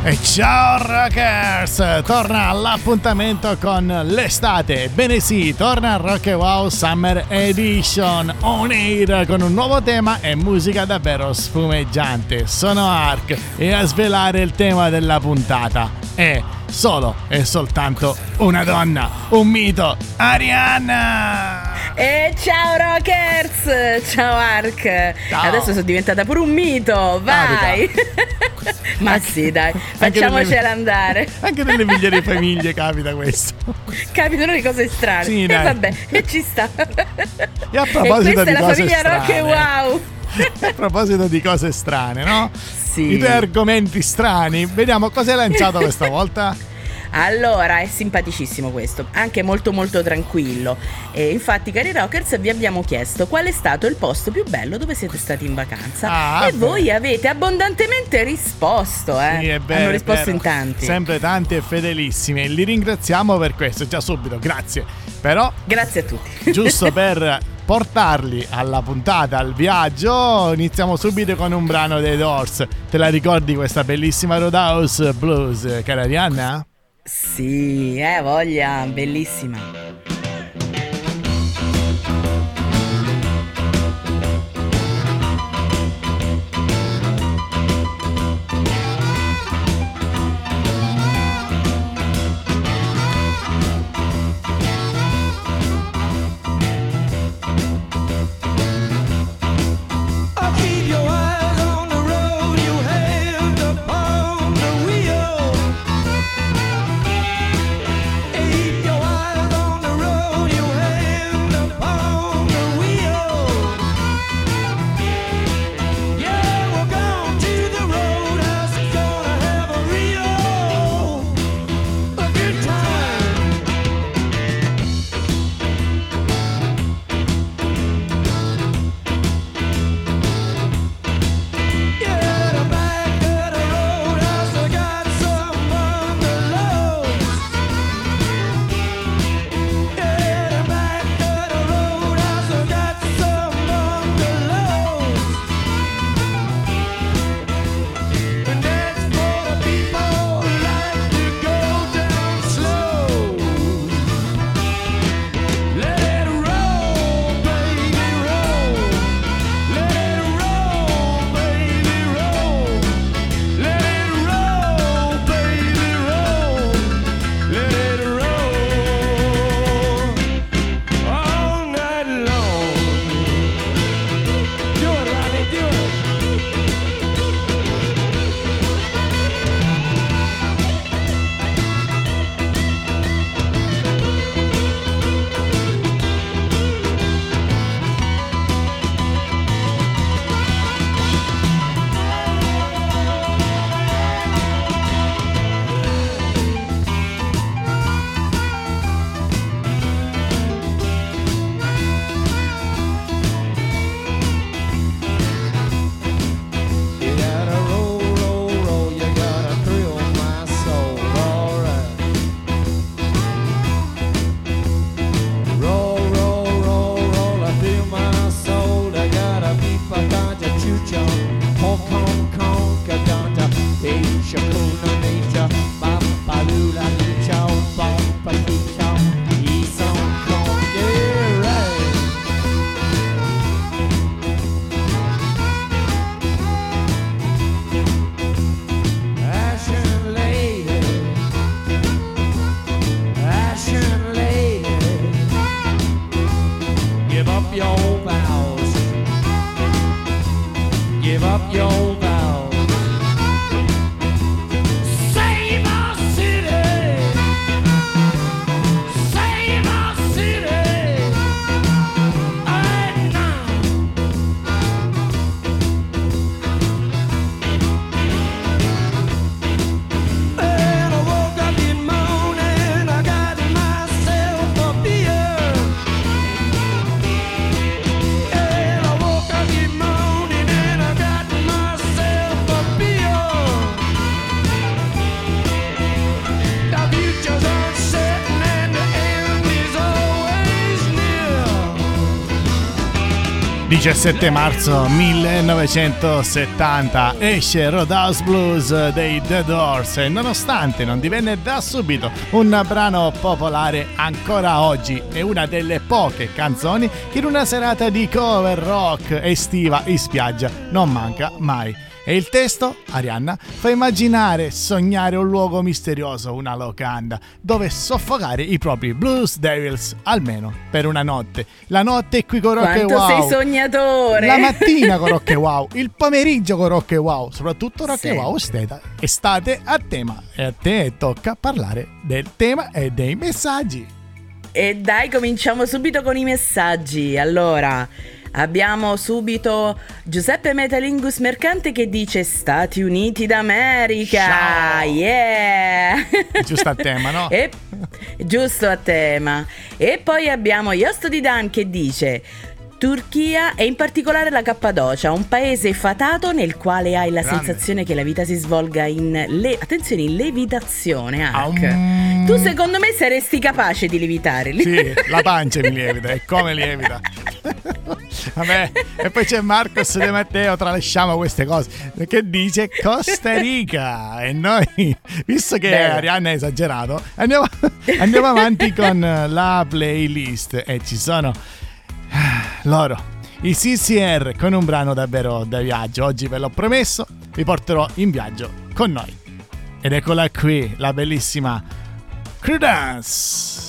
E ciao rockers! Torna all'appuntamento con l'estate. Bene sì, torna Rock Wow Summer Edition on air con un nuovo tema e musica davvero sfumeggiante. Sono Ark e a svelare il tema della puntata è solo e soltanto una donna, un mito, Arianna! E ciao rockers! Ciao Ark! Ciao. Adesso sono diventata pure un mito, vai! Ma sì, dai, facciamocela andare. Anche nelle migliori famiglie capita questo. Capitano le cose strane. Sì, e dai. vabbè, e ci sta. E a proposito questa di è la cose famiglia strane, Rock e Wow. a proposito di cose strane, no? Sì. I tuoi argomenti strani, vediamo cosa hai lanciato questa volta. Allora, è simpaticissimo questo, anche molto molto tranquillo. E infatti, cari rockers, vi abbiamo chiesto qual è stato il posto più bello dove siete stati in vacanza. E voi avete abbondantemente risposto, Sì, è vero, hanno risposto è vero. in tanti. Sempre tanti e fedelissimi. E li ringraziamo per questo, già subito, grazie. Però, Grazie a tutti. giusto per portarli alla puntata, al viaggio, iniziamo subito con un brano dei Doors. Te la ricordi questa bellissima Roadhouse Blues, cara Arianna? Sì, voglia, bellissima. Keep your eyes on 17 marzo 1970 esce Roadhouse Blues dei The Doors e nonostante non divenne da subito un brano popolare, ancora oggi è una delle poche canzoni che in una serata di cover rock estiva in spiaggia non manca mai. E il testo, Arianna, fa immaginare e sognare un luogo misterioso, una locanda, dove soffocare i propri Blues Devils, almeno per una notte. La notte qui con Rock e Wow. Quanto sei sognatore! La mattina con Rock e Wow, il pomeriggio con Rock e Wow, soprattutto Rock e Wow estate a tema. E a te tocca parlare del tema e dei messaggi. E dai, cominciamo subito con i messaggi. Allora, abbiamo subito Giuseppe Metalingus Mercante che dice Stati Uniti d'America. Ciao. Yeah. Giusto a tema, no? Giusto a tema. E poi abbiamo Yosto di Dan che dice Turchia e in particolare la Cappadocia, un paese fatato nel quale hai la sensazione che la vita si svolga in attenzione, in levitazione. Tu secondo me saresti capace di levitare lì. Sì, la pancia mi lievita, e come lievita. Vabbè, e poi c'è Marcos De Matteo, tralasciamo queste cose, che dice Costa Rica. E noi, visto che Arianna ha esagerato, andiamo avanti con la playlist e ci sono loro, i CCR, con un brano davvero da viaggio. Oggi ve l'ho promesso, vi porterò in viaggio con noi. Ed eccola qui, la bellissima Creedence.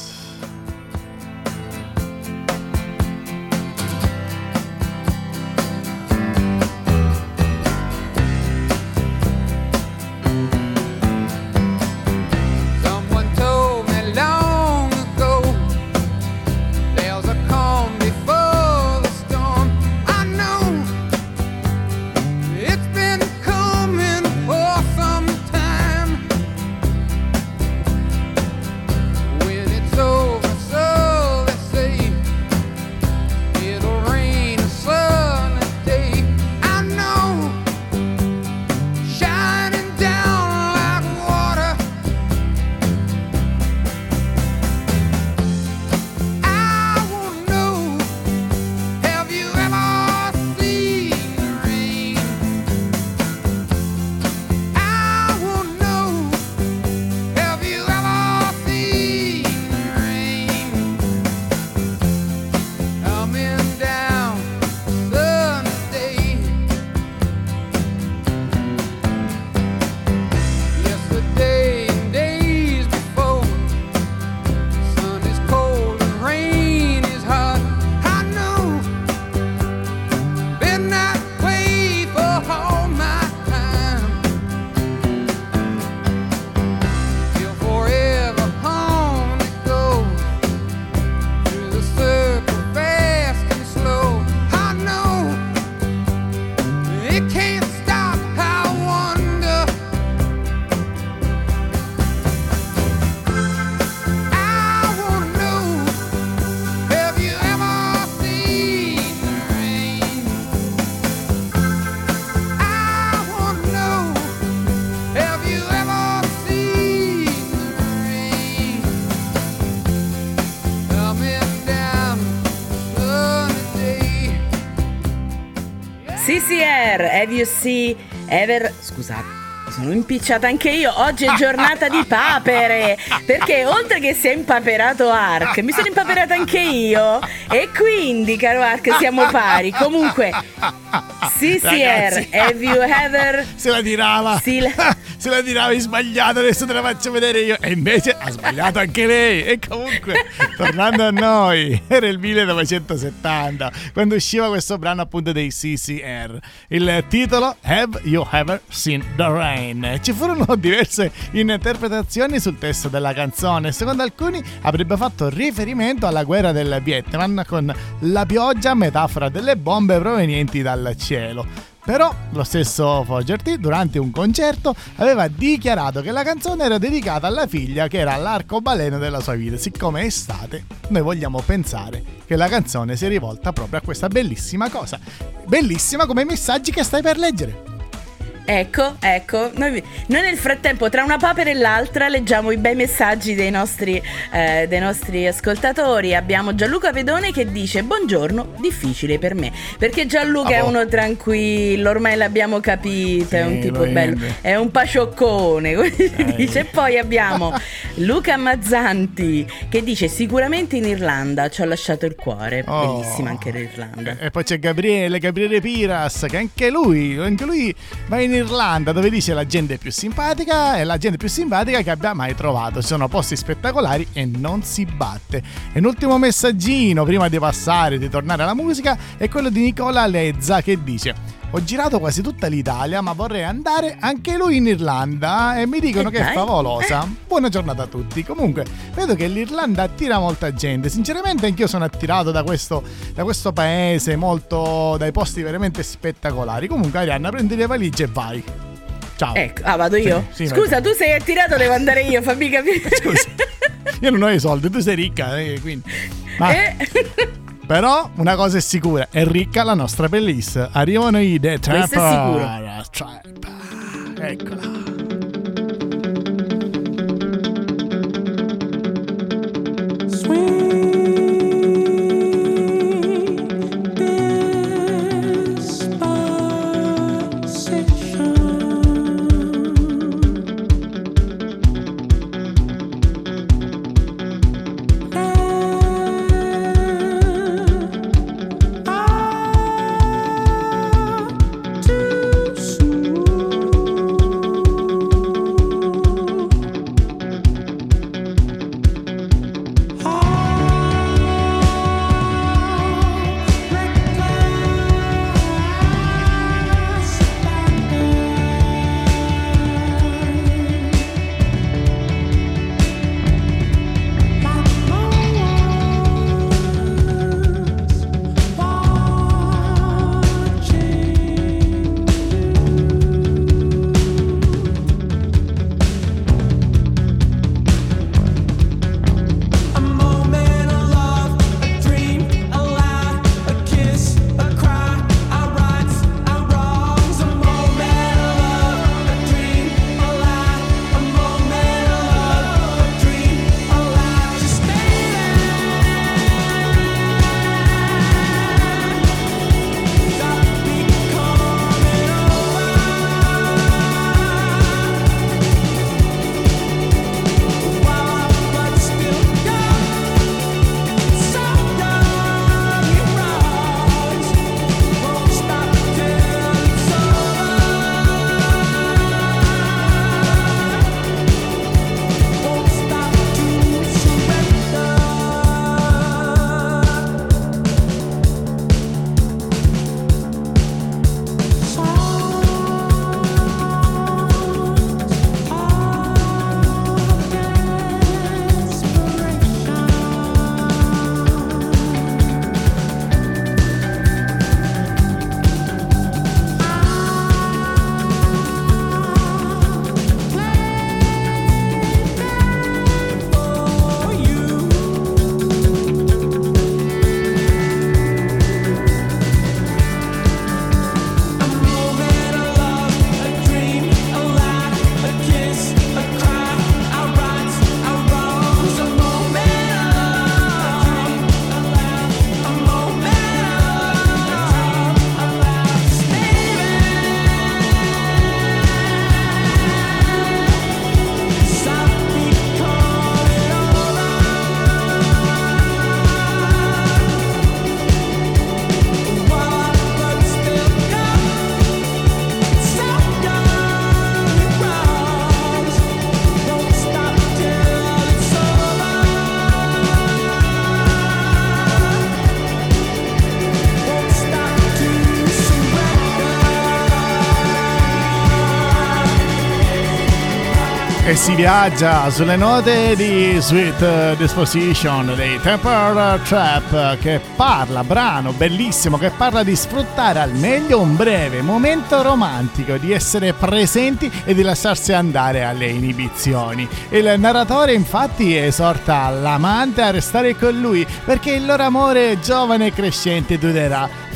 Have you seen ever... Scusate, sono impicciata anche io. Oggi è giornata di papere, perché oltre che si è impaperato Ark, mi sono impaperata anche io. E quindi, caro Ark, siamo pari. Comunque, CCR, have you ever... Se la tirava. Se la tiravi sbagliato, adesso te la faccio vedere io. E invece ha sbagliato anche lei. E comunque, tornando a noi, era il 1970 quando usciva questo brano appunto dei CCR. Il titolo Have You Ever Seen the Rain? Ci furono diverse interpretazioni sul testo della canzone. Secondo alcuni avrebbe fatto riferimento alla guerra del Vietnam, con la pioggia metafora delle bombe provenienti dal cielo. Però lo stesso Fogerty durante un concerto aveva dichiarato che la canzone era dedicata alla figlia che era l'arcobaleno della sua vita. Siccome è estate, noi vogliamo pensare che la canzone sia rivolta proprio a questa bellissima cosa. Bellissima come i messaggi che stai per leggere. Ecco, noi nel frattempo tra una papera e l'altra leggiamo i bei messaggi dei nostri ascoltatori. Abbiamo Gianluca Pedone che dice: buongiorno, difficile per me, perché Gianluca è uno tranquillo, ormai l'abbiamo capito, sì, è un tipo bello, è un pacioccone, così si dice. E poi abbiamo Luca Mazzanti che dice: sicuramente in Irlanda ci ho lasciato il cuore. Bellissima anche l'Irlanda. E poi c'è Gabriele Piras che anche lui va in Irlanda, dove dice la gente più simpatica è la gente più simpatica che abbia mai trovato. Ci sono posti spettacolari e non si batte. E un ultimo messaggino prima di tornare alla musica è quello di Nicola Lezza che dice: ho girato quasi tutta l'Italia, ma vorrei andare anche lui in Irlanda e mi dicono che è favolosa. Buona giornata a tutti. Comunque, vedo che l'Irlanda attira molta gente. Sinceramente anch'io sono attirato da questo paese, molto dai posti veramente spettacolari. Comunque, Arianna, prendi le valigie e vai. Ciao. Ecco, vado io? Sì, scusa, tu sei attirato, devo andare io, fammi capire. Scusa, io non ho i soldi, tu sei ricca, quindi... Però una cosa è sicura, è ricca la nostra playlist. Arrivano i The Temper Trap. Eccola. E si viaggia sulle note di Sweet Disposition dei Temper Trap, che parla, brano bellissimo, che parla di sfruttare al meglio un breve momento romantico, di essere presenti e di lasciarsi andare alle inibizioni. Il narratore infatti esorta l'amante a restare con lui perché il loro amore giovane e crescente durerà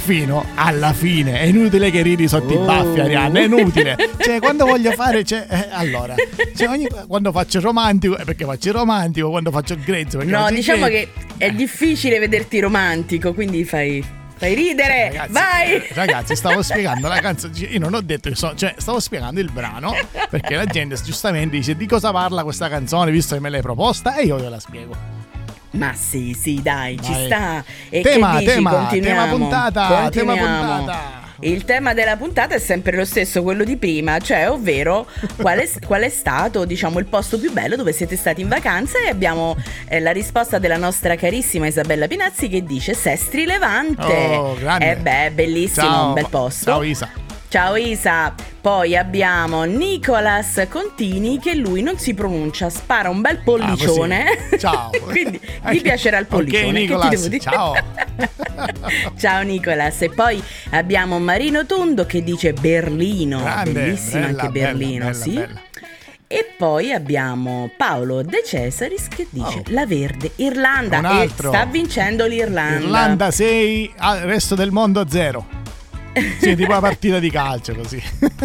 Ciuffino, alla fine è inutile che ridi sotto i baffi, Arianna, è inutile. Cioè, quando voglio fare, allora, quando faccio romantico, perché faccio il romantico, quando faccio il grezzo, perché no, faccio diciamo che è difficile vederti romantico, quindi fai ridere, ragazzi, vai! Ragazzi, stavo spiegando la canzone. Io non ho detto che stavo spiegando il brano, perché la gente giustamente dice di cosa parla questa canzone, visto che me l'hai proposta, e io te la spiego. Ma sì, dai, ci sta. E tema puntata. Tema. Il tema della puntata è sempre lo stesso, quello di prima, cioè ovvero qual è stato, diciamo, il posto più bello dove siete stati in vacanza, e abbiamo la risposta della carissima Isabella Pinazzi che dice Sestri Levante. Oh, grande. Bellissimo. Ciao, un bel posto. Ciao Isa. Ciao Isa. Poi abbiamo Nicolas Contini, che lui non si pronuncia, spara un bel pollicione. Ciao. Quindi gli piacerà il pollicione. Ok, Nicolas, che ti devo dire? ciao. Ciao Nicolas. E poi abbiamo Marino Tondo che dice Berlino. Grande, bellissima bella, anche Berlino, bella, sì. Bella. E poi abbiamo Paolo De Cesaris che dice La Verde, Irlanda. Un altro. E sta vincendo l'Irlanda. Irlanda 6, resto del mondo 0. Sì, tipo una partita di calcio così.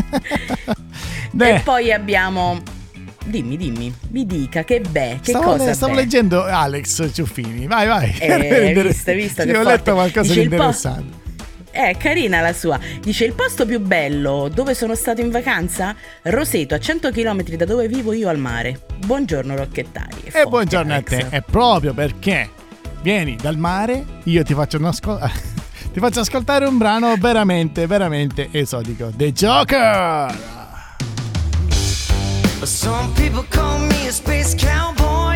E poi abbiamo... Dimmi, mi dica che stavo leggendo Alex Ciuffini. Vai. Visto sì, che ho letto qualcosa dice di interessante. Carina la sua. Dice il posto più bello dove sono stato in vacanza? Roseto, a 100 km da dove vivo io al mare. Buongiorno Rocchettari. E buongiorno Alex. A te. È proprio perché vieni dal mare, io ti faccio ti faccio ascoltare un brano veramente, veramente esotico. The Joker. Some people call me a space cowboy.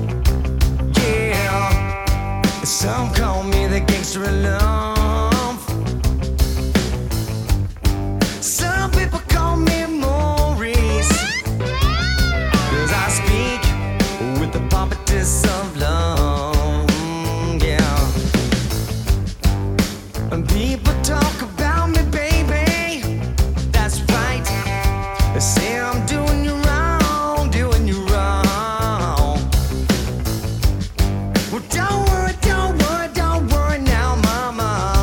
Yeah. Some call me the gangster of love. Some people call me Maurice, 'cause I speak with the pompous of love. Yeah. And people talk about me, baby. That's right. They say I'm doing you wrong, doing you wrong. Well, don't worry now, mama.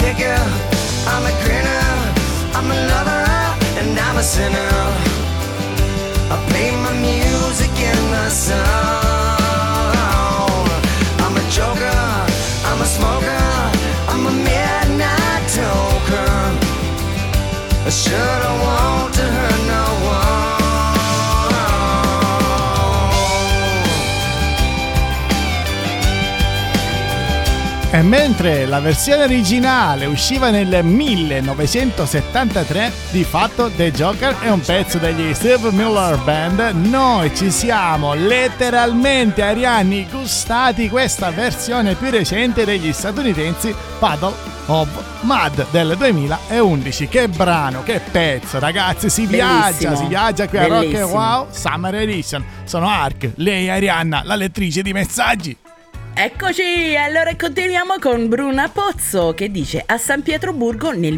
kicker, I'm a grinner, I'm a lover, and I'm a sinner. I play my music in the sun. I'm a joker, I'm a smoker, I'm a midnight toker. I should've want to hurt no one. E mentre la versione originale usciva nel 1973, di fatto The Joker è un pezzo degli Steve Miller Band. Noi ci siamo letteralmente, Arianni, gustati questa versione più recente degli statunitensi Puddle of Mudd del 2011. Che brano, che pezzo, ragazzi, si viaggia qui a Rock and Wow Summer Edition. Sono Ark, lei Arianna, la lettrice di messaggi. Eccoci, allora continuiamo con Bruna Pozzo che dice a San Pietroburgo nel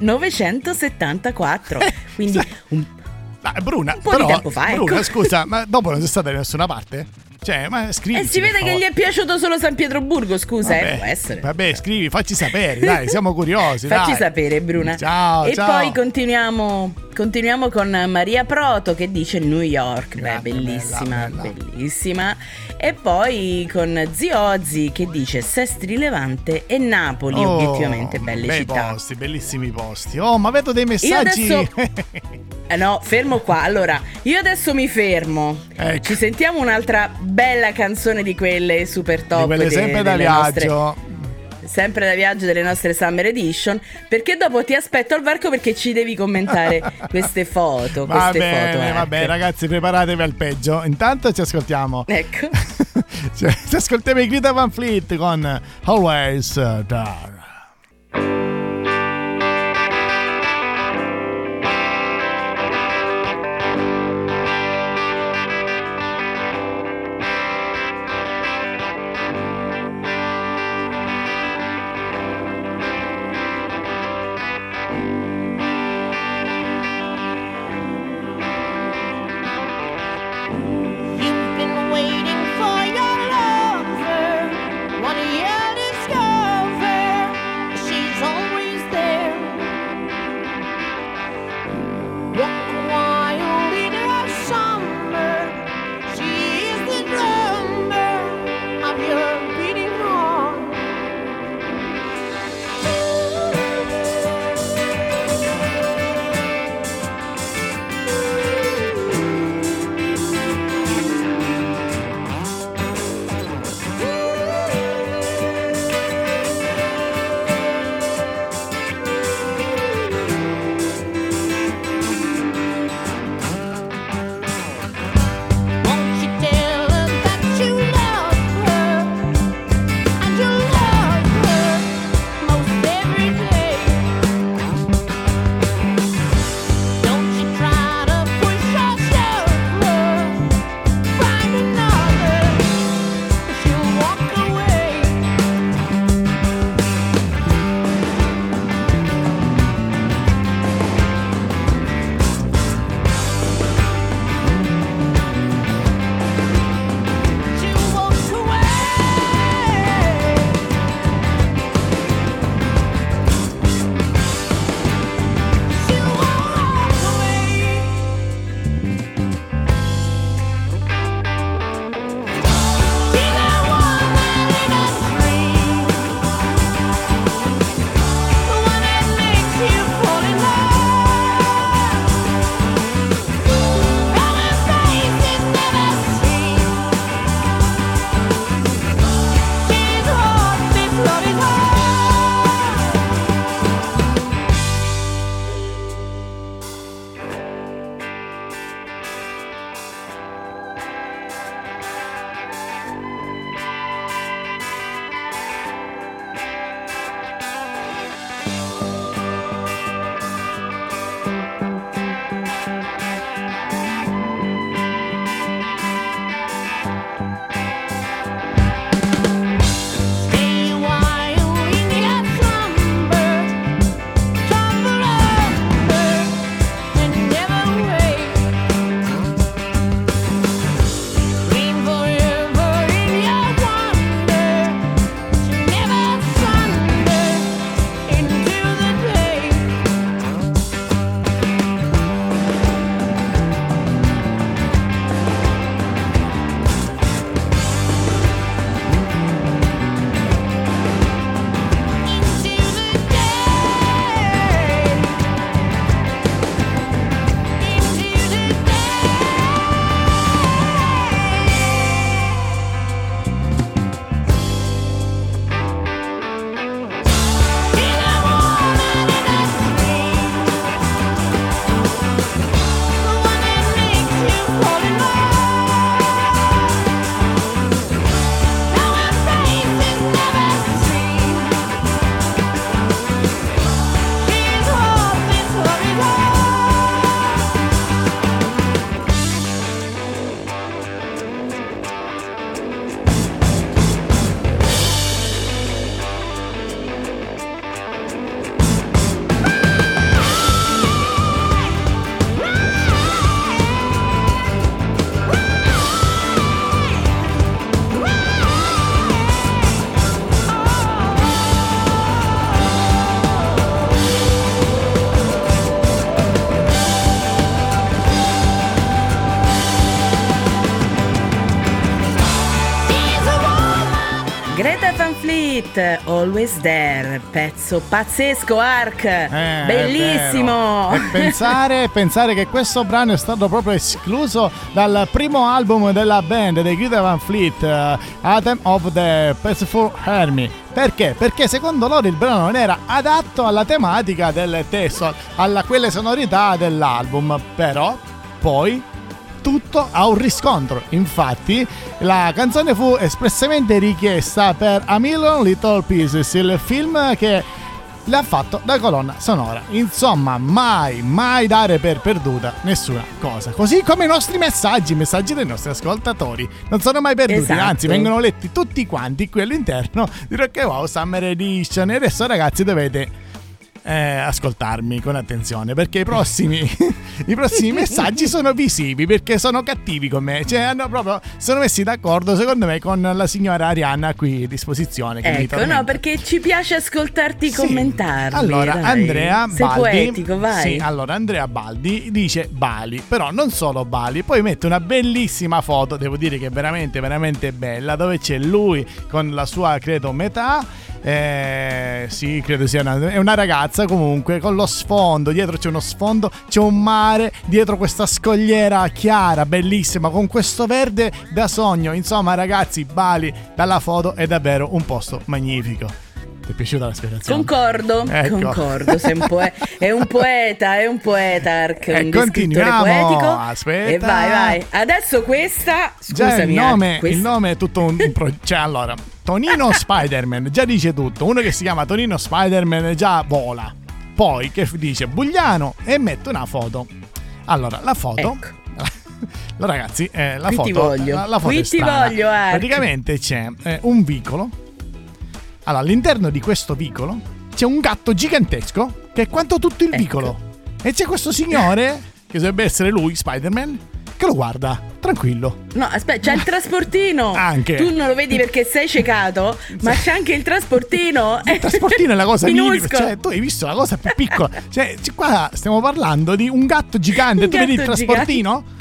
1974. Quindi Bruna, un po' di tempo fa, Bruna, ecco. Scusa, ma dopo non sei stata da nessuna parte? Cioè, ma scrivi. E si vede che gli è piaceto solo San Pietroburgo, scusa, può essere. Vabbè, scrivi, facci sapere, dai, siamo curiosi. Facci dai. sapere, Bruna. Ciao, e ciao. poi continuiamo con Maria Proto che dice New York. Grande, bellissima, bella. bellissima. E poi con Zio Ozzy che dice Sestri Levante e Napoli, obiettivamente belle bei città. posti, bellissimi posti. Oh, ma vedo dei messaggi. Io adesso no, fermo qua. Allora, io adesso mi fermo. Ecco. Ci sentiamo un'altra bella canzone di quelle super top, Di quelle sempre da delle viaggio. sempre da viaggio delle nostre Summer Edition, perché dopo ti aspetto al varco perché ci devi commentare queste foto. Va queste bene, foto, va bene, ragazzi, preparatevi al peggio. Intanto ci ascoltiamo. Ecco. Ci ascoltiamo i Greta Van Fleet con Always There. You've been waiting for your lover. What do you discover? Fleet, Always There, pezzo pazzesco, Ark, bellissimo. E pensare che questo brano è stato proprio escluso dal primo album della band dei Greta Van Fleet, Anthem of the Peaceful Army. Perché? Perché secondo loro il brano non era adatto alla tematica del testo, a quelle sonorità dell'album, però poi tutto ha un riscontro. Infatti la canzone fu espressamente richiesta per A Million Little Pieces, il film che l'ha fatto da colonna sonora. Insomma, mai dare per perduta nessuna cosa. Così come i nostri messaggi dei nostri ascoltatori non sono mai perduti, esatto. Anzi vengono letti tutti quanti qui all'interno di Rock and Wow Summer Edition. E adesso, ragazzi, dovete ascoltarmi con attenzione, perché i prossimi messaggi sono visivi, perché sono cattivi con me, cioè sono messi d'accordo secondo me con la signora Arianna qui a disposizione, che ecco, no, perché ci piace ascoltarti commentarli. Allora, dai. Andrea sei Baldi, poetico, vai. sì, allora Andrea Baldi dice Bali, però non solo Bali, poi mette una bellissima foto, devo dire che è veramente veramente bella, dove c'è lui con la sua, credo, metà. Sì, credo sia una ragazza comunque, con lo sfondo, dietro c'è uno sfondo, c'è un mare, dietro questa scogliera chiara, bellissima, con questo verde da sogno. Insomma, ragazzi, Bali dalla foto è davvero un posto magnifico. Ti è piaciuta la spiegazione? Concordo, ecco. Concordo, sei è un poeta, Ark, un continuiamo, poetico. aspetta. E vai. Adesso questa, scusami, già il nome è tutto un cioè, allora, Tonino Spider-Man già dice tutto. Uno che si chiama Tonino Spider-Man già vola. Poi che dice Bugliano e mette una foto. Allora, la foto, ecco. Allora, ragazzi, la qui foto, ti voglio. la foto qui è ti strana. voglio, Ark. Praticamente c'è un vicolo. Allora, all'interno di questo vicolo c'è un gatto gigantesco che è quanto tutto il vicolo. E c'è questo signore, che dovrebbe essere lui, Spider-Man, che lo guarda, tranquillo. No, aspetta, c'è il trasportino. Anche. Tu non lo vedi perché sei ciecato, ma c'è anche il trasportino. Il trasportino è la cosa minima. minuscolo. Cioè, tu hai visto la cosa più piccola. Cioè, qua stiamo parlando di un gatto gigante. Tu vedi il trasportino?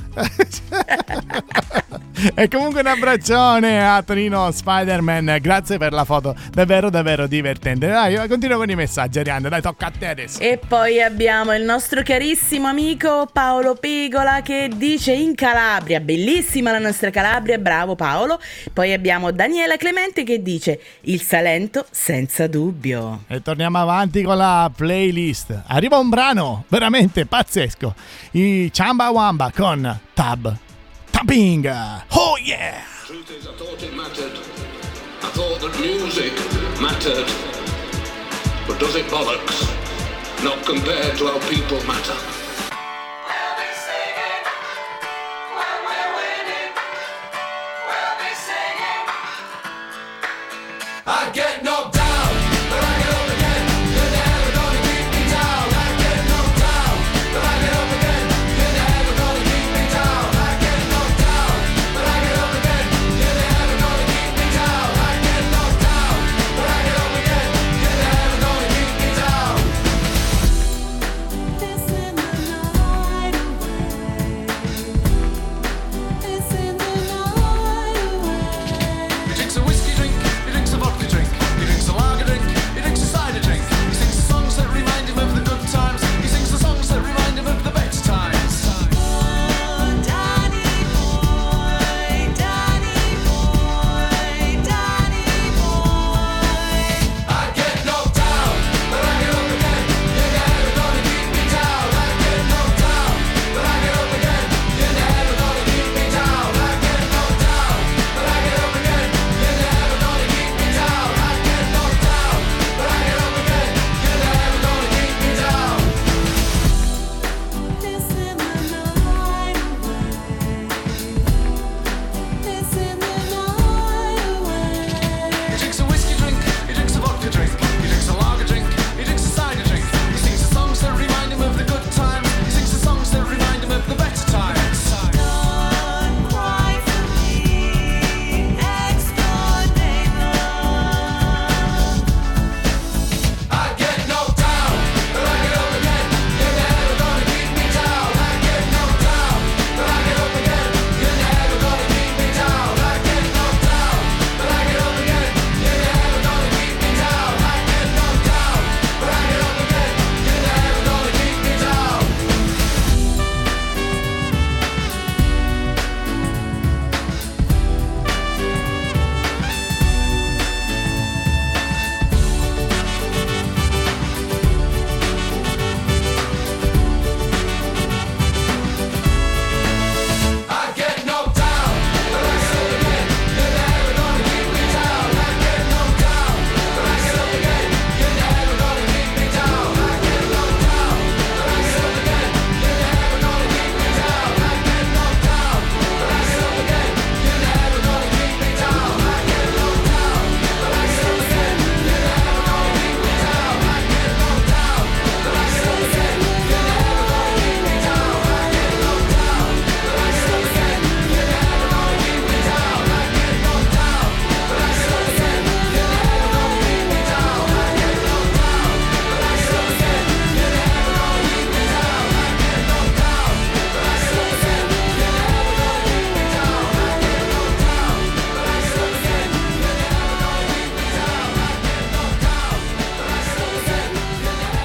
E comunque un abbraccione a Tonino Spider-Man, grazie per la foto, davvero davvero divertente. Dai, continua con i messaggi, Arianna, dai, tocca a te adesso. E poi abbiamo il nostro carissimo amico Paolo Pigola che dice in Calabria, bellissima la nostra Calabria, bravo Paolo. Poi abbiamo Daniela Clemente che dice il Salento senza dubbio. E torniamo avanti con la playlist. Arriva un brano veramente pazzesco, i Chamba Wamba con Tapping. Oh yeah! Truth is, I thought it mattered. I thought that music mattered. But does it bollocks? Not compared to how people matter. We'll be singing when we're winning. We'll be singing. I get knocked down, but I get up again. You're never gonna keep me down. I get knocked down, but I get up again. You're never gonna keep me down. I get knocked down, but I get up again. You're never gonna keep me down. I get knocked down, but I get up again. You're never gonna keep me down. This in the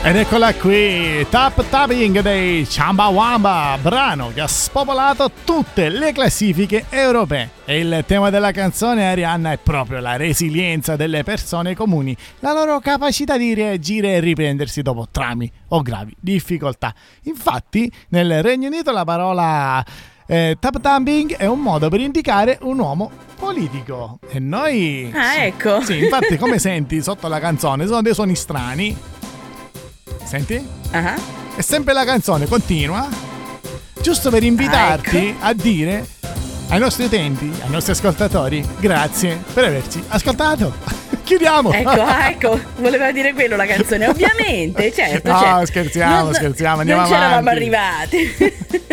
Ed eccola qui, Tap Tapping dei Chumbawamba, brano che ha spopolato tutte le classifiche europee. E il tema della canzone, Arianna, è proprio la resilienza delle persone comuni, la loro capacità di reagire e riprendersi dopo traumi o gravi difficoltà. Infatti, nel Regno Unito la parola tap tapping è un modo per indicare un uomo politico. E noi... Ah, ecco. Sì, infatti, come senti sotto la canzone, sono dei suoni strani. Senti? Uh-huh. E sempre la canzone continua, giusto per invitarti ecco. a dire ai nostri utenti, ai nostri ascoltatori, grazie per averci ascoltato. Chiudiamo. Ecco, voleva dire quello la canzone, ovviamente, certo. No, certo. scherziamo, andiamo non c'eravamo avanti. arrivati.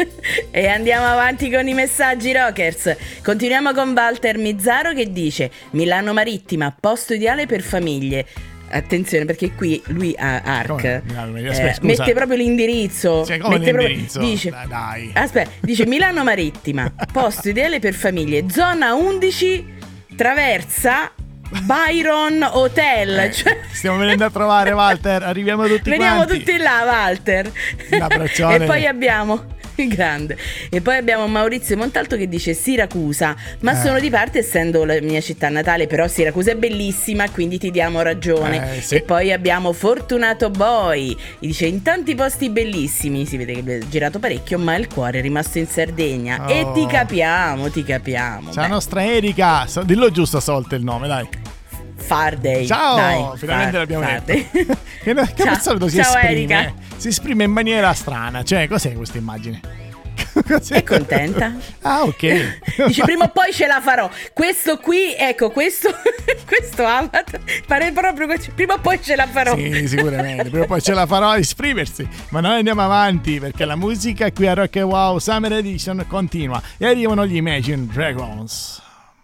E andiamo avanti con i messaggi rockers. Continuiamo con Walter Mizzaro che dice: Milano Marittima, posto ideale per famiglie. Attenzione, perché qui lui ha Arc mette proprio l'indirizzo. Cioè, come mette l'indirizzo? Dice, dai. Aspetta, dice Milano Marittima, posto ideale per famiglie, zona 11, traversa Byron Hotel. Cioè, stiamo venendo a trovare Walter, arriviamo tutti veniamo quanti. tutti là, Walter. Un abbraccione. E poi abbiamo grande. E poi abbiamo Maurizio Montalto che dice Siracusa, ma sono di parte essendo la mia città natale, però Siracusa è bellissima, quindi ti diamo ragione. Sì. E poi abbiamo Fortunato Boy, dice in tanti posti bellissimi, si vede che ha girato parecchio, ma il cuore è rimasto in Sardegna. E ti capiamo. C'è la nostra Erika, dillo giusto stavolta il nome, dai. Farday. Ciao, dai, finalmente l'abbiamo Farday. detto. che Ciao. al solito si Ciao, esprime, Erika. Si esprime in maniera strana. Cioè, cos'è questa immagine? È contenta? Ah, ok. Dice prima o poi ce la farò. Questo qui, ecco, questo avatar pare proprio così. Prima o poi ce la farò. Sì, sicuramente. Prima o poi ce la farò a esprimersi. Ma noi andiamo avanti perché la musica qui a Rock and Wow Summer Edition continua. E arrivano gli Imagine Dragons.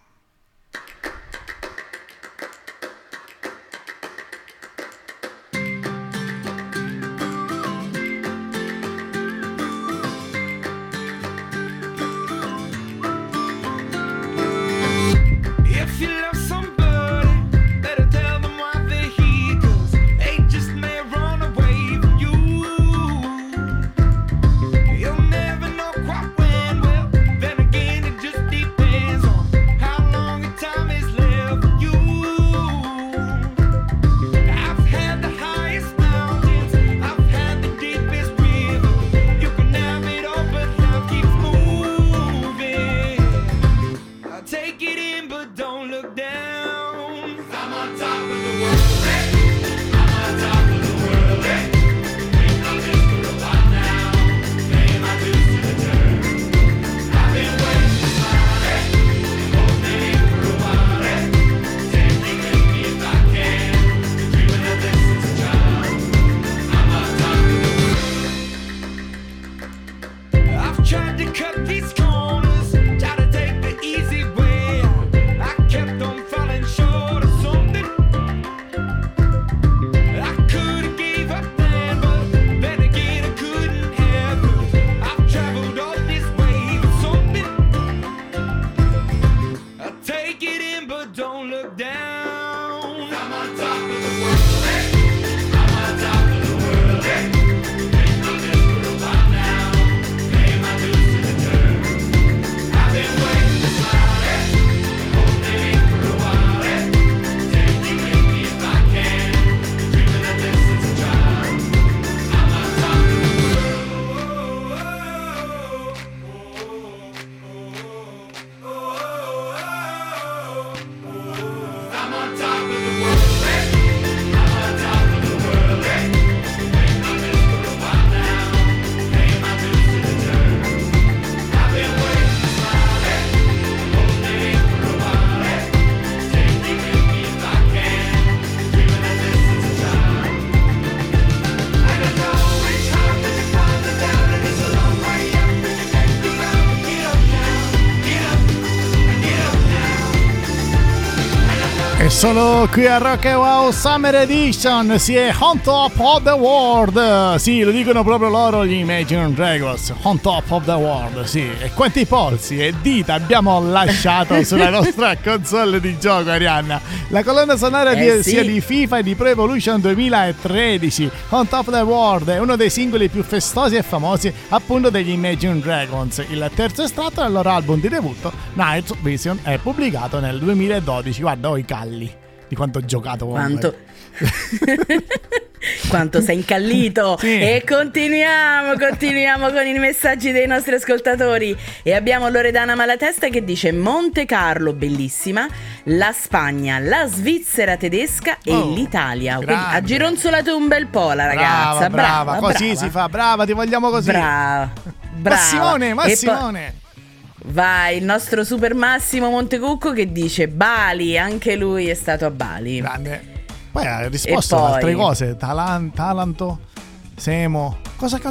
If you love somebody, better tell them why they're here, 'cause they just may run away from you. You'll never know quite when, well, then again it just depends on Solo qui a Rock and Wow Summer Edition si è on top of the world. Sì, lo dicono proprio loro gli Imagine Dragons, on top of the world, sì. E quanti polsi e dita abbiamo lasciato sulla nostra console di gioco, Arianna. La colonna sonora sì. sia di FIFA e di Pro Evolution 2013. On top of the world è uno dei singoli più festosi e famosi appunto degli Imagine Dragons. Il terzo estratto del loro album di debutto Night Vision è pubblicato nel 2012. Guarda, ho i calli di quanto ho giocato. Quanto sei incallito. Sì. E continuiamo con i messaggi dei nostri ascoltatori. E abbiamo Loredana Malatesta che dice: Monte Carlo bellissima, la Spagna, la Svizzera tedesca e l'Italia. Quindi ha gironzolato un bel po' la ragazza. Brava, così si fa, brava, ti vogliamo così. Brava. Massimone. Vai, il nostro super Massimo Montecucco che dice Bali, anche lui è stato a Bali. Grande. Poi ha risposto ad altre cose. Talanto, Semo. Cosa?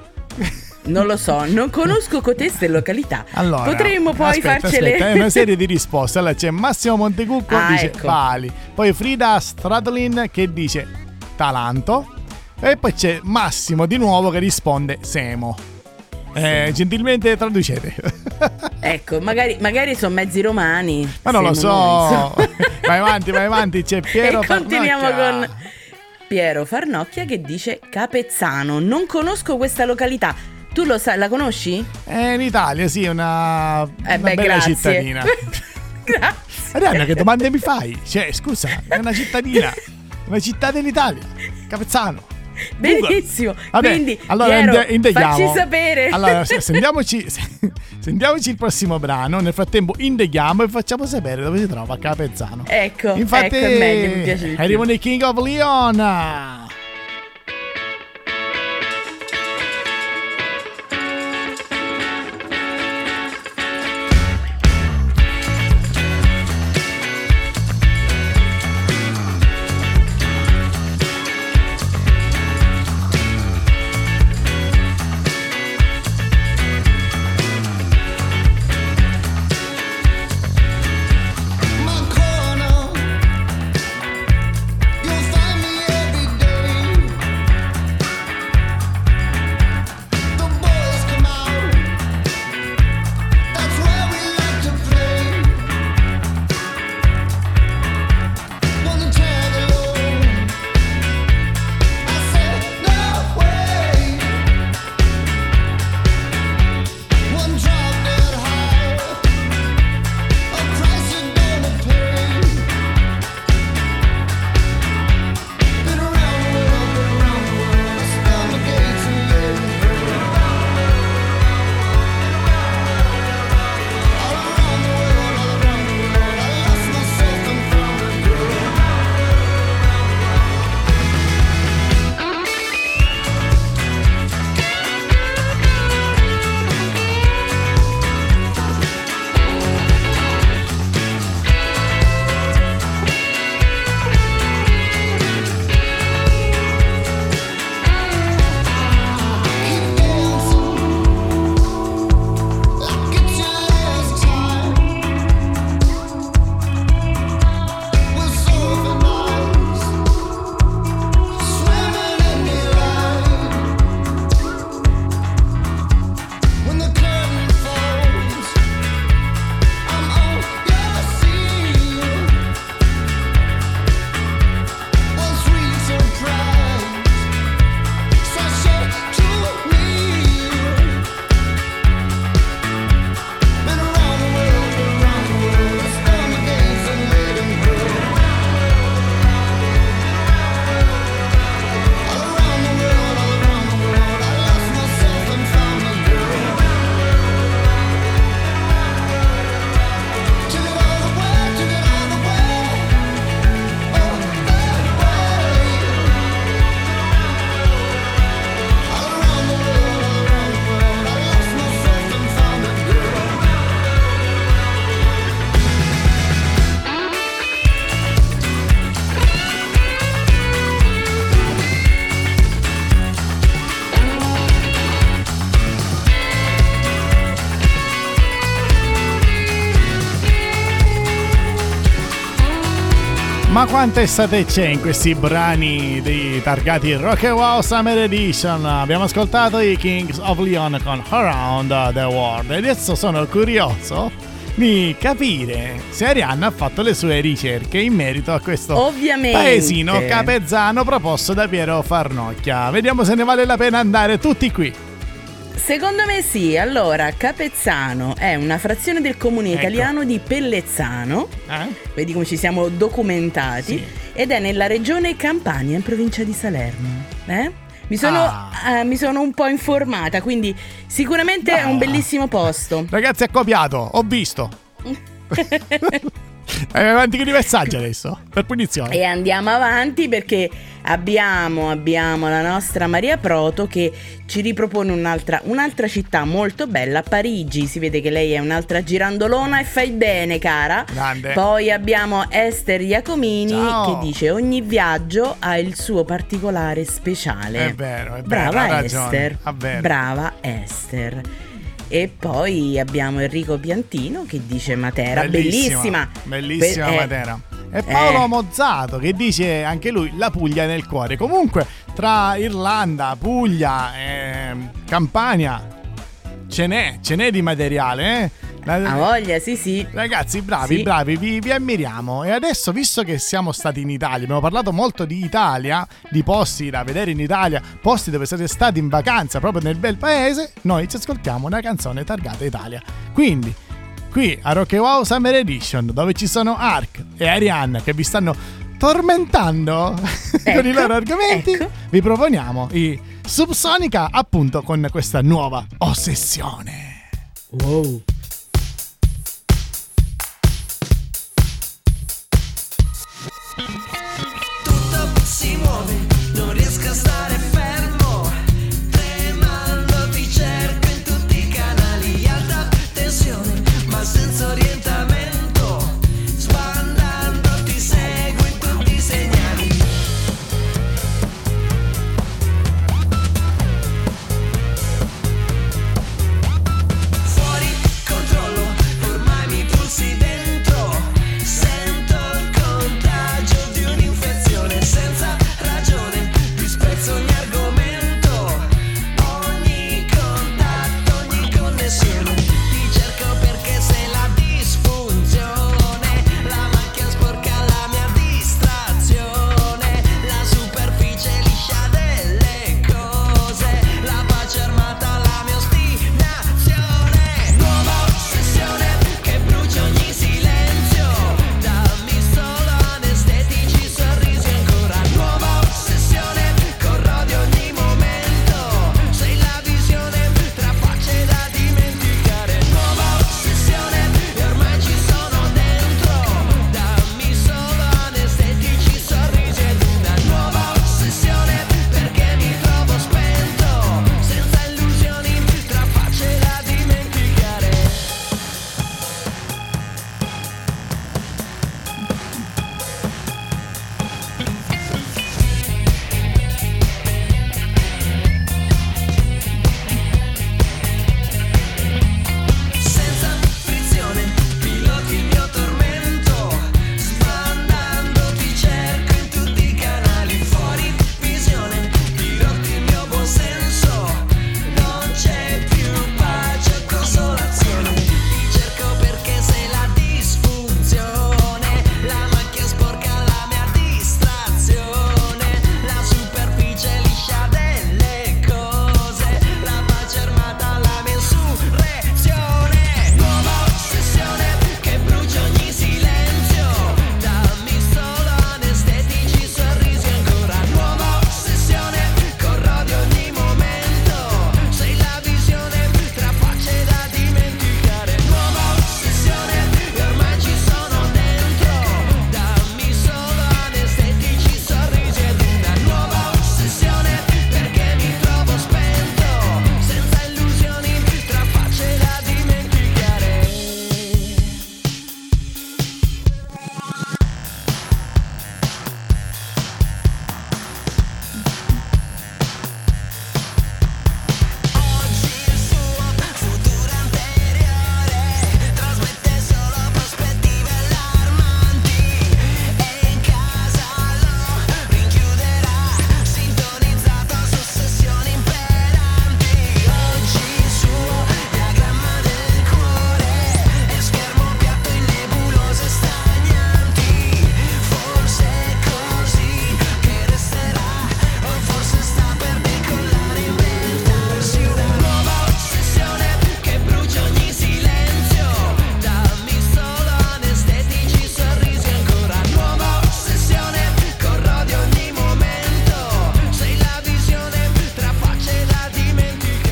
Non lo so, non conosco coteste località. Allora, potremmo poi farcele. È una serie di risposte. Allora c'è Massimo Montecucco dice ecco. Bali. Poi Frida Stradlin che dice Talanto. E poi c'è Massimo di nuovo che risponde Semo. Gentilmente traducete. Ecco, magari sono mezzi romani. Ma non lo Semo so. Vai avanti, c'è Piero E continuiamo Farnocchia. con Piero Farnocchia che dice Capezzano. Non conosco questa località. Tu lo sai, la conosci? In Italia, sì, una bella grazie. cittadina. Grazie. Arianna, che domande mi fai? Cioè, scusa, è una cittadina, una città dell'Italia, Capezzano. Benissimo. Vabbè, quindi allora Piero, indaghiamo. facci sapere. Allora, sentiamoci il prossimo brano. Nel frattempo indaghiamo e facciamo sapere dove si trova Capezzano. Ecco, Infatti, è meglio, mi piace di più. arrivano i King of Leon. My corner, you'll find me every day. Ma quanta estate c'è in questi brani di targati Rock and Wow Summer Edition? Abbiamo ascoltato i Kings of Leon con Around the World e adesso sono curioso di capire se Arianna ha fatto le sue ricerche in merito a questo paesino capezzano proposto da Piero Farnocchia. Vediamo se ne vale la pena andare tutti qui. Secondo me sì. Allora, Capezzano è una frazione del comune italiano di Pellezzano. Vedi come ci siamo documentati. Sì. Ed è nella regione Campania, in provincia di Salerno. Mi sono un po' informata, quindi sicuramente è un bellissimo posto. Ragazzi, è copiato, ho visto. Andiamo avanti con i messaggi adesso, per punizione. E andiamo avanti perché abbiamo la nostra Maria Proto che ci ripropone un'altra città molto bella, Parigi. Si vede che lei è un'altra girandolona e fai bene, cara. Grande. Poi abbiamo Esther Iacomini. Ciao. Che dice: ogni viaggio ha il suo particolare speciale. È vero, Brava ha Esther, ragione, è vero. brava Esther. E poi abbiamo Enrico Piantino che dice Matera, bellissima Matera. E Paolo Mozzato che dice anche lui la Puglia nel cuore. Comunque tra Irlanda, Puglia e Campania ce n'è di materiale, A voglia, sì. Ragazzi, bravi, vi ammiriamo. E adesso, visto che siamo stati in Italia, abbiamo parlato molto di Italia, di posti da vedere in Italia, posti dove siete stati in vacanza proprio nel bel paese, noi ci ascoltiamo una canzone targata Italia. Quindi, qui a Rock and Wow Summer Edition, dove ci sono Ark e Arianna che vi stanno tormentando con i loro argomenti, vi proponiamo i Subsonica, appunto, con questa nuova ossessione. Wow. Tutto si muove, non riesco a stare fermo. Tremando ti cerco in tutti i canali. Alta tensione, ma senza orientamento. Sbandando ti seguo in tutti i segnali. Fuori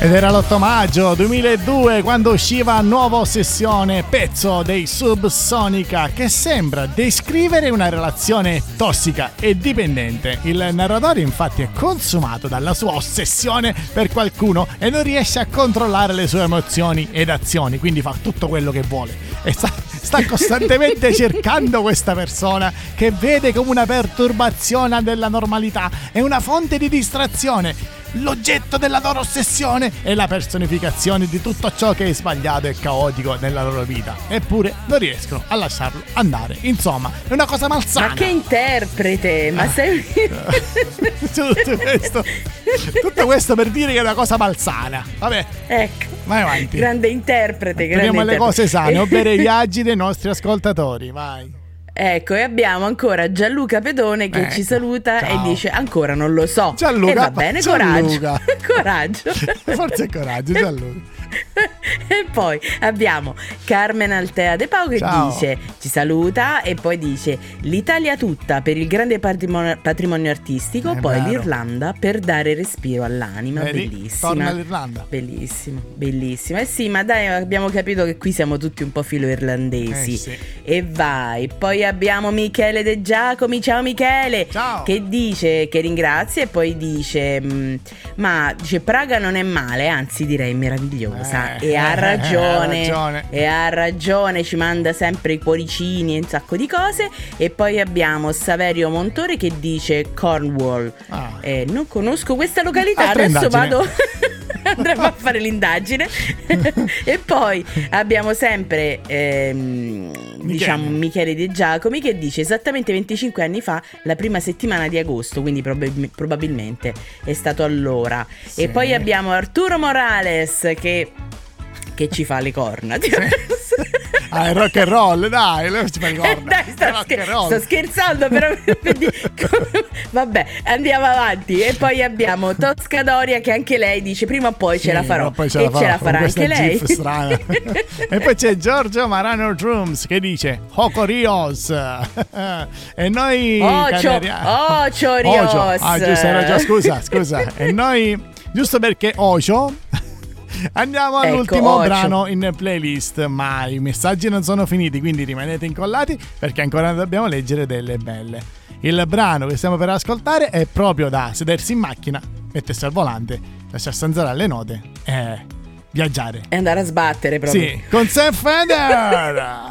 Ed era l'8 maggio 2002 quando usciva Nuova Ossessione, pezzo dei Subsonica, che sembra descrivere una relazione tossica e dipendente. Il narratore infatti è consumato dalla sua ossessione per qualcuno e non riesce a controllare le sue emozioni ed azioni, quindi fa tutto quello che vuole e sta costantemente cercando questa persona che vede come una perturbazione della normalità e una fonte di distrazione. L'oggetto della loro ossessione è la personificazione di tutto ciò che è sbagliato e caotico nella loro vita, eppure non riescono a lasciarlo andare. Insomma, è una cosa malsana. Ma che interprete, ma sei... tutto questo per dire che è una cosa malsana. Vabbè, ecco, vai avanti. Grande interprete. Torniamo alle cose sane, ovvero i viaggi dei nostri ascoltatori. Vai. Ecco, e abbiamo ancora Gianluca Pedone che ci saluta. Ciao. E dice ancora non lo so. Gianluca, e va bene, Gianluca. coraggio. Forse è coraggio, Gianluca. E poi abbiamo Carmen Altea De Pau che Ciao. dice, ci saluta e poi dice l'Italia tutta per il grande patrimonio artistico, È poi vero. l'Irlanda per dare respiro all'anima. Vedi? Bellissima. Torna all'Irlanda. Bellissimo, bellissimo. Eh sì, ma dai, abbiamo capito che qui siamo tutti un po' filo-irlandesi. Sì. E vai. Poi abbiamo Michele De Giacomi. Ciao Michele. Ciao. Che dice, che ringrazia e poi dice ma dice Praga non è male, anzi direi meravigliosa. E ha ragione. E ha ragione, ci manda sempre i cuoricini e un sacco di cose. E poi abbiamo Saverio Montore che dice Cornwall. Non conosco questa località. Altra Adesso indagine. vado andremo a fare l'indagine. E poi abbiamo sempre diciamo Michele De Giacomi che dice esattamente 25 anni fa, la prima settimana di agosto, quindi probabilmente è stato allora. Sì. E poi abbiamo Arturo Morales che ci fa le corna. Ah, il rock and roll, dai, lui ci fa le corna. Dai, sto scherzando, però vabbè, andiamo avanti. E poi abbiamo Tosca Doria che anche lei dice prima o poi ce la farò. Poi ce la farà anche lei. Strana. E poi c'è Giorgio Marano Drums che dice Joco Rios. E noi Ocho Rios. Ah, giusto, era già, scusa. E noi, giusto perché Ocio, andiamo all'ultimo brano in playlist, ma i messaggi non sono finiti, quindi rimanete incollati perché ancora dobbiamo leggere delle belle. Il brano che stiamo per ascoltare è proprio da sedersi in macchina, mettersi al volante, lasciarsi andare le note e viaggiare. E andare a sbattere proprio. Sì, con Sam Fender.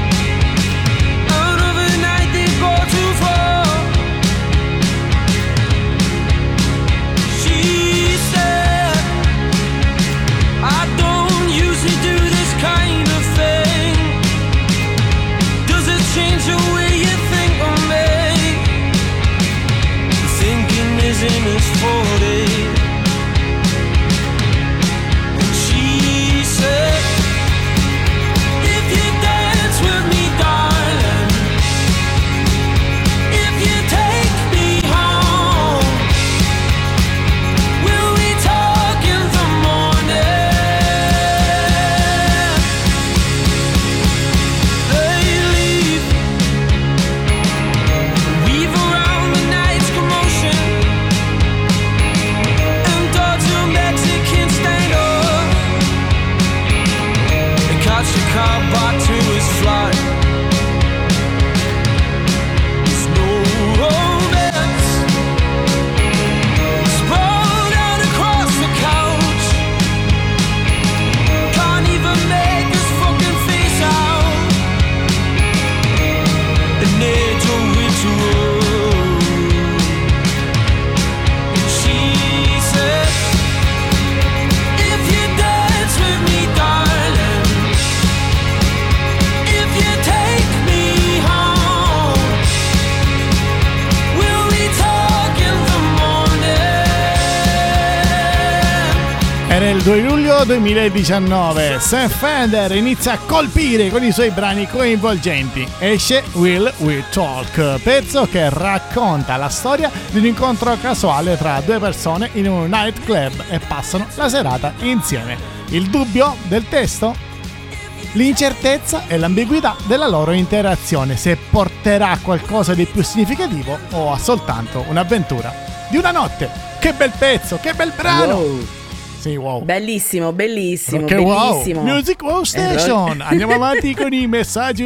Out of a night they go too far. Era il 2 luglio 2019. Sam Fender inizia a colpire con i suoi brani coinvolgenti. Esce Will We Talk, pezzo che racconta la storia di un incontro casuale tra due persone in un nightclub e passano la serata insieme. Il dubbio del testo? L'incertezza e l'ambiguità della loro interazione, se porterà a qualcosa di più significativo o a soltanto un'avventura di una notte. Che bel pezzo, che bel brano! Wow. Sì, wow. Bellissimo, bellissimo, Che bellissimo. wow. Music Wow Station. Andiamo avanti con i messaggi.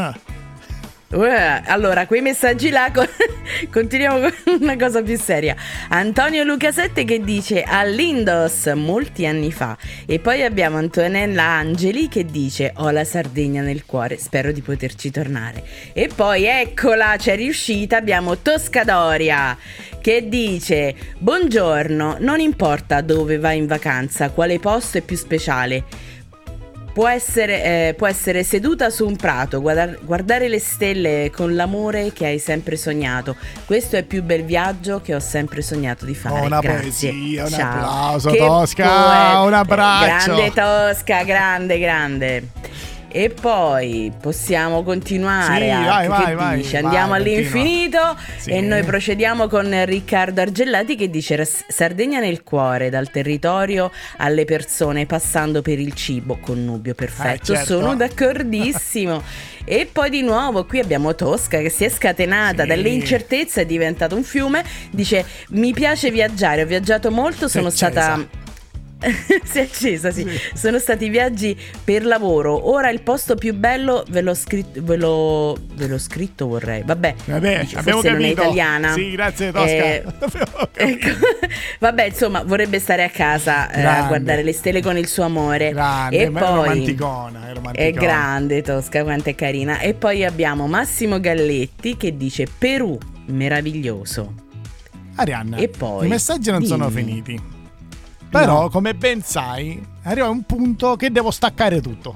Allora, quei messaggi là continuiamo con una cosa più seria. Antonio Lucasette che dice all'Indos molti anni fa. E poi abbiamo Antonella Angeli che dice ho la Sardegna nel cuore, spero di poterci tornare. E poi eccola, c'è riuscita, abbiamo Toscadoria che dice buongiorno, non importa dove vai in vacanza, quale posto è più speciale. Può essere seduta su un prato, guardare le stelle con l'amore che hai sempre sognato. Questo è il più bel viaggio che ho sempre sognato di fare. Una Grazie. poesia, un Ciao. applauso, Che Tosca, un abbraccio. Grande Tosca, grande. E poi possiamo continuare. Sì, Ark, vai, che vai, dice? vai, Andiamo vai, all'infinito. Sì. E noi procediamo con Riccardo Argellati che dice Sardegna nel cuore, dal territorio alle persone, passando per il cibo. Connubio perfetto, Certo. sono d'accordissimo. E poi di nuovo qui abbiamo Tosca che si è scatenata, Sì. dalle incertezze è diventato un fiume. Dice mi piace viaggiare, ho viaggiato molto, sono stata... si è accesa, sì. Sono stati viaggi per lavoro. Ora il posto più bello ve l'ho scritto vorrei. Vabbè abbiamo forse non è capito. italiana. Sì, grazie Tosca. Ecco. Vabbè, insomma, vorrebbe stare a casa a guardare le stelle con il suo amore. Grande, e ma poi è romanticona. è grande Tosca, quanto è carina. E poi abbiamo Massimo Galletti che dice Perù, meraviglioso. Arianna, E poi i messaggi non sono dimmi. finiti. Però, No. come ben sai, arriva un punto che devo staccare tutto.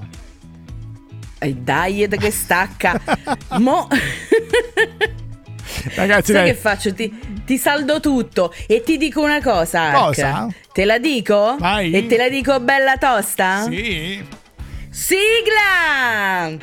Dai che stacca. Mo Ragazzi, sai dai. che faccio? Ti saldo tutto e ti dico una cosa, Ark. Cosa? Te la dico? Vai. E te la dico bella tosta? Sì. Sigla!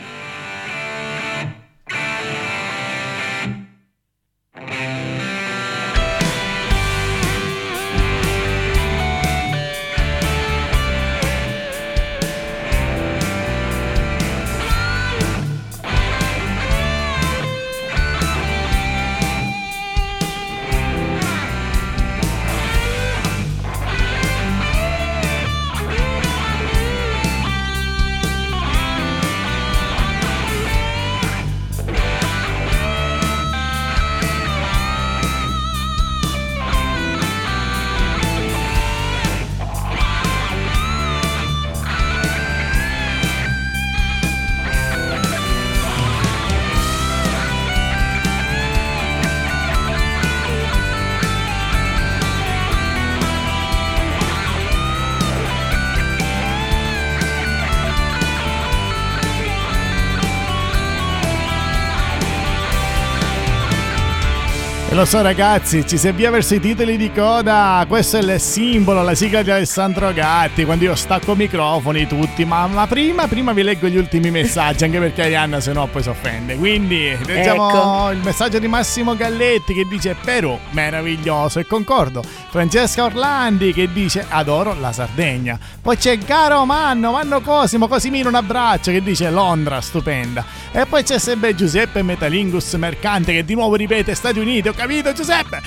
Lo so ragazzi, ci si avvia verso i titoli di coda. Questo è il simbolo, la sigla di Alessandro Gatti, quando io stacco microfoni tutti. Ma prima vi leggo gli ultimi messaggi, anche perché Arianna se no poi si offende. Quindi leggiamo Ecco. il messaggio di Massimo Galletti che dice Perù, meraviglioso, e concordo. Francesca Orlandi che dice adoro la Sardegna. Poi c'è Caro Manno Cosimino, un abbraccio, che dice Londra, stupenda. E poi c'è sempre Giuseppe Metalingus Mercante che di nuovo ripete Stati Uniti, ho capito Giuseppe.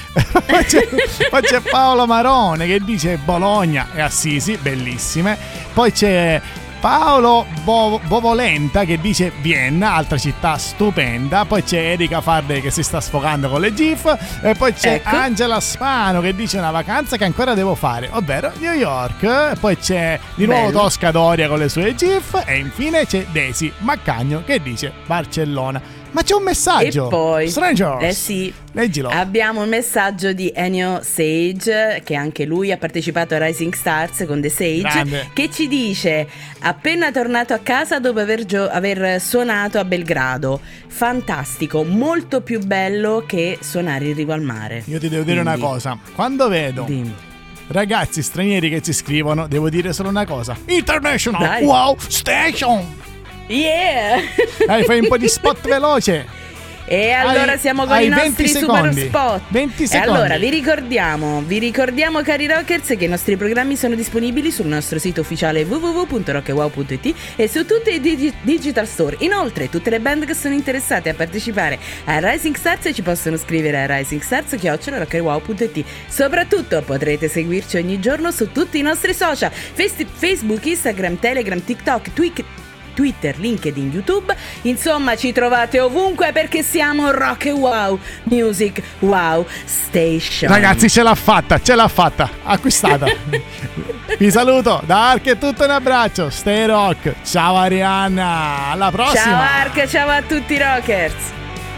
Poi c'è Paolo Marone che dice Bologna e Assisi, bellissime. Poi c'è Paolo Bovolenta che dice Vienna, altra città stupenda. Poi c'è Erika Farde che si sta sfogando con le GIF. E poi c'è Ecco. Angela Spano che dice una vacanza che ancora devo fare, ovvero New York. E poi c'è di nuovo Bello. Tosca Doria con le sue GIF. E infine c'è Daisy Maccagno che dice Barcellona. Ma c'è un messaggio. E poi Strangers. sì. Leggilo. Abbiamo un messaggio di Ennio Sage, che anche lui ha partecipato a Rising Stars con The Sage, Grande. che ci dice appena tornato a casa dopo aver suonato a Belgrado, fantastico, molto più bello che suonare in riva al mare. Io ti devo dire una Quindi, cosa. Quando vedo dimmi. ragazzi stranieri che ci scrivono, devo dire solo una cosa: International Dai. Wow Station. Yeah! Dai, fai un po' di spot veloce. E allora siamo con i nostri 20 super secondi. spot. 20 E secondi. allora vi ricordiamo cari rockers che i nostri programmi sono disponibili sul nostro sito ufficiale www.rockewow.it e su tutti i digital store. Inoltre tutte le band che sono interessate a partecipare a Rising Stars ci possono scrivere a risingstars@rockewow.it. Soprattutto potrete seguirci ogni giorno su tutti i nostri social: Facebook, Instagram, Telegram, TikTok, Twitter, LinkedIn, YouTube. Insomma, ci trovate ovunque perché siamo Rock e Wow Music Wow Station. Ragazzi, ce l'ha fatta, acquistata. Vi saluto, da Ark è tutto, un abbraccio, stay rock. Ciao Arianna, alla prossima. Ciao Ark, ciao a tutti i rockers.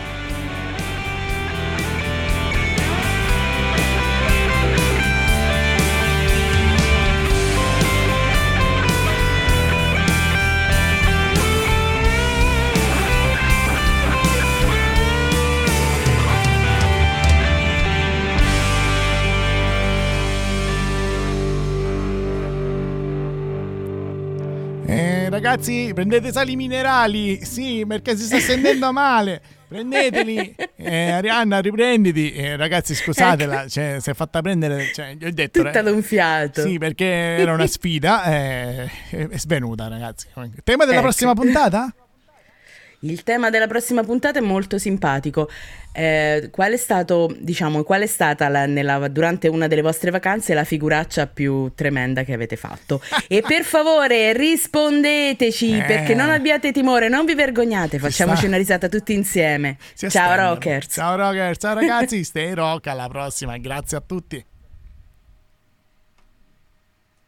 Ragazzi, prendete sali minerali, sì, perché si sta sentendo male. Prendeteli. Arianna, riprenditi. Ragazzi, scusatela, cioè, si è fatta prendere, cioè, gli ho detto, Tutta d'un fiato. sì, perché era una sfida, è svenuta, ragazzi. Tema della prossima puntata? Il tema della prossima puntata è molto simpatico. Qual è stata durante una delle vostre vacanze la figuraccia più tremenda che avete fatto? E per favore rispondeteci, perché non abbiate timore, non vi vergognate, facciamoci una risata tutti insieme. Ciao rockers. Ciao rockers, ciao ragazzi, stay rock, alla prossima, grazie a tutti.